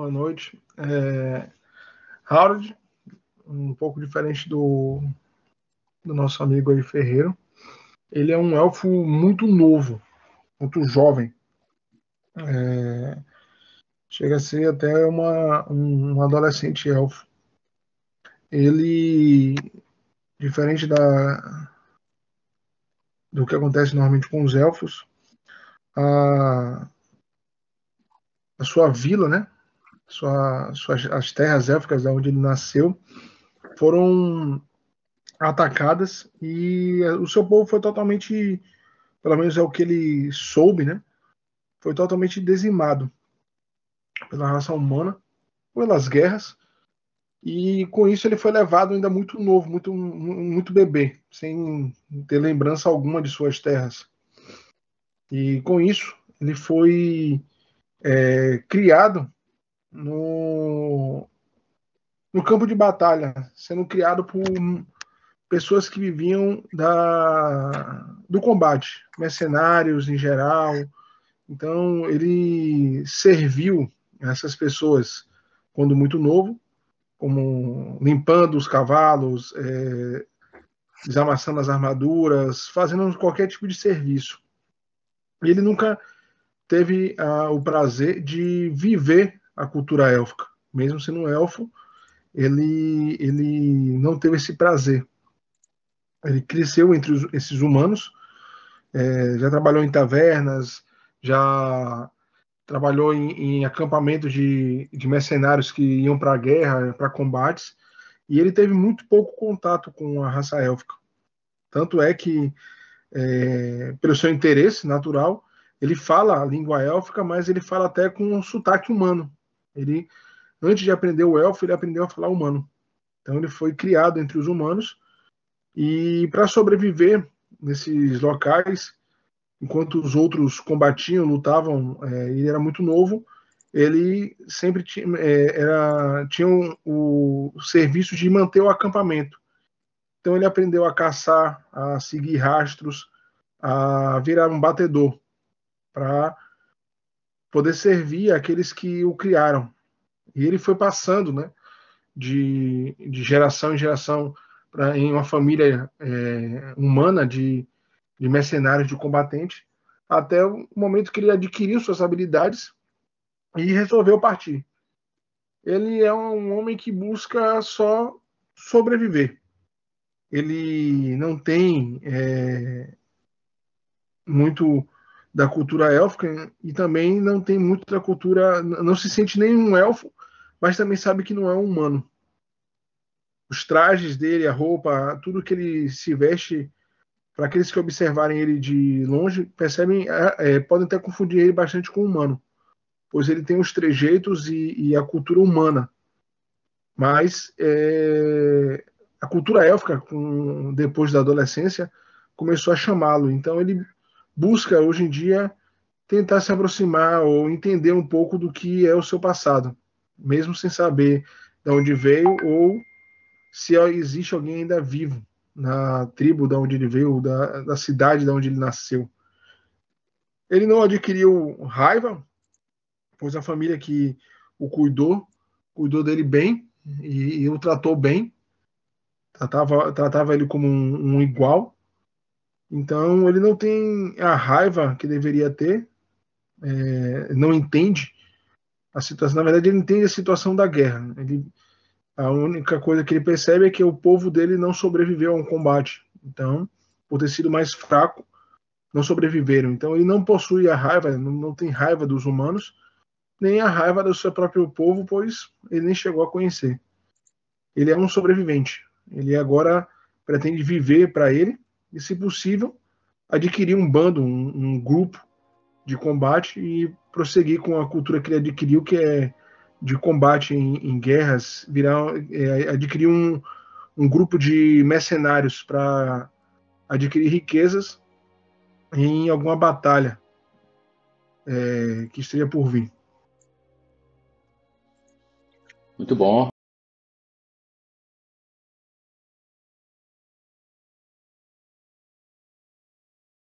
Boa noite. Harold, um pouco diferente do nosso amigo aí, Ferreiro. Ele é um elfo muito novo, muito jovem. Chega a ser até um adolescente elfo. Ele, diferente do que acontece normalmente com os elfos, a, a sua vila, né? As terras élficas, da onde ele nasceu, foram atacadas e o seu povo foi totalmente, pelo menos é o que ele soube, né? Foi totalmente dizimado pela raça humana, pelas guerras, e com isso ele foi levado ainda muito novo, muito bebê, sem ter lembrança alguma de suas terras. E com isso ele foi criado no, no campo de batalha, sendo criado por pessoas que viviam do combate, mercenários em geral. Então ele serviu essas pessoas quando muito novo, como limpando os cavalos, desamassando as armaduras, fazendo qualquer tipo de serviço. E ele nunca teve o prazer de viver a cultura élfica. Mesmo sendo um elfo, ele não teve esse prazer. Ele cresceu entre esses humanos, já trabalhou em tavernas, já trabalhou em acampamentos de mercenários que iam para a guerra, para combates, e ele teve muito pouco contato com a raça élfica. Tanto é que, pelo seu interesse natural, ele fala a língua élfica, mas ele fala até com um sotaque humano. Ele, antes de aprender o elfo, ele aprendeu a falar humano. Então ele foi criado entre os humanos e para sobreviver nesses locais, enquanto os outros combatiam, lutavam, ele era muito novo, ele sempre tinha o serviço de manter o acampamento. Então ele aprendeu a caçar, a seguir rastros, a virar um batedor, para poder servir aqueles que o criaram. E ele foi passando, né, de geração em geração, em uma família humana de mercenários, de combatente, até o momento que ele adquiriu suas habilidades e resolveu partir. Ele é um homem que busca só sobreviver. Ele não tem muito da cultura élfica e também não tem muito da cultura, não se sente nem um elfo, mas também sabe que não é um humano. Os trajes dele, a roupa, tudo que ele se veste, para aqueles que observarem ele de longe, percebem, podem até confundir ele bastante com o humano, pois ele tem os trejeitos e a cultura humana. Mas a cultura élfica, depois da adolescência, começou a chamá-lo. Então ele busca, hoje em dia, tentar se aproximar ou entender um pouco do que é o seu passado, mesmo sem saber de onde veio ou se existe alguém ainda vivo na tribo da onde ele veio, da cidade da onde ele nasceu. Ele não adquiriu raiva, pois a família que o cuidou dele bem e o tratou bem, tratava ele como um igual. Então ele não tem a raiva que deveria ter, não entende a situação. Na verdade, ele entende a situação da guerra. A única coisa que ele percebe é que o povo dele não sobreviveu a um combate. Então, por ter sido mais fraco, não sobreviveram. Então, ele não possui a raiva, não tem raiva dos humanos, nem a raiva do seu próprio povo, pois ele nem chegou a conhecer. Ele é um sobrevivente. Ele agora pretende viver para ele e, se possível, adquirir um bando, um grupo de combate e prosseguir com a cultura que ele adquiriu, que é de combate em guerras, adquirir um grupo de mercenários para adquirir riquezas em alguma batalha que esteja por vir. Muito bom.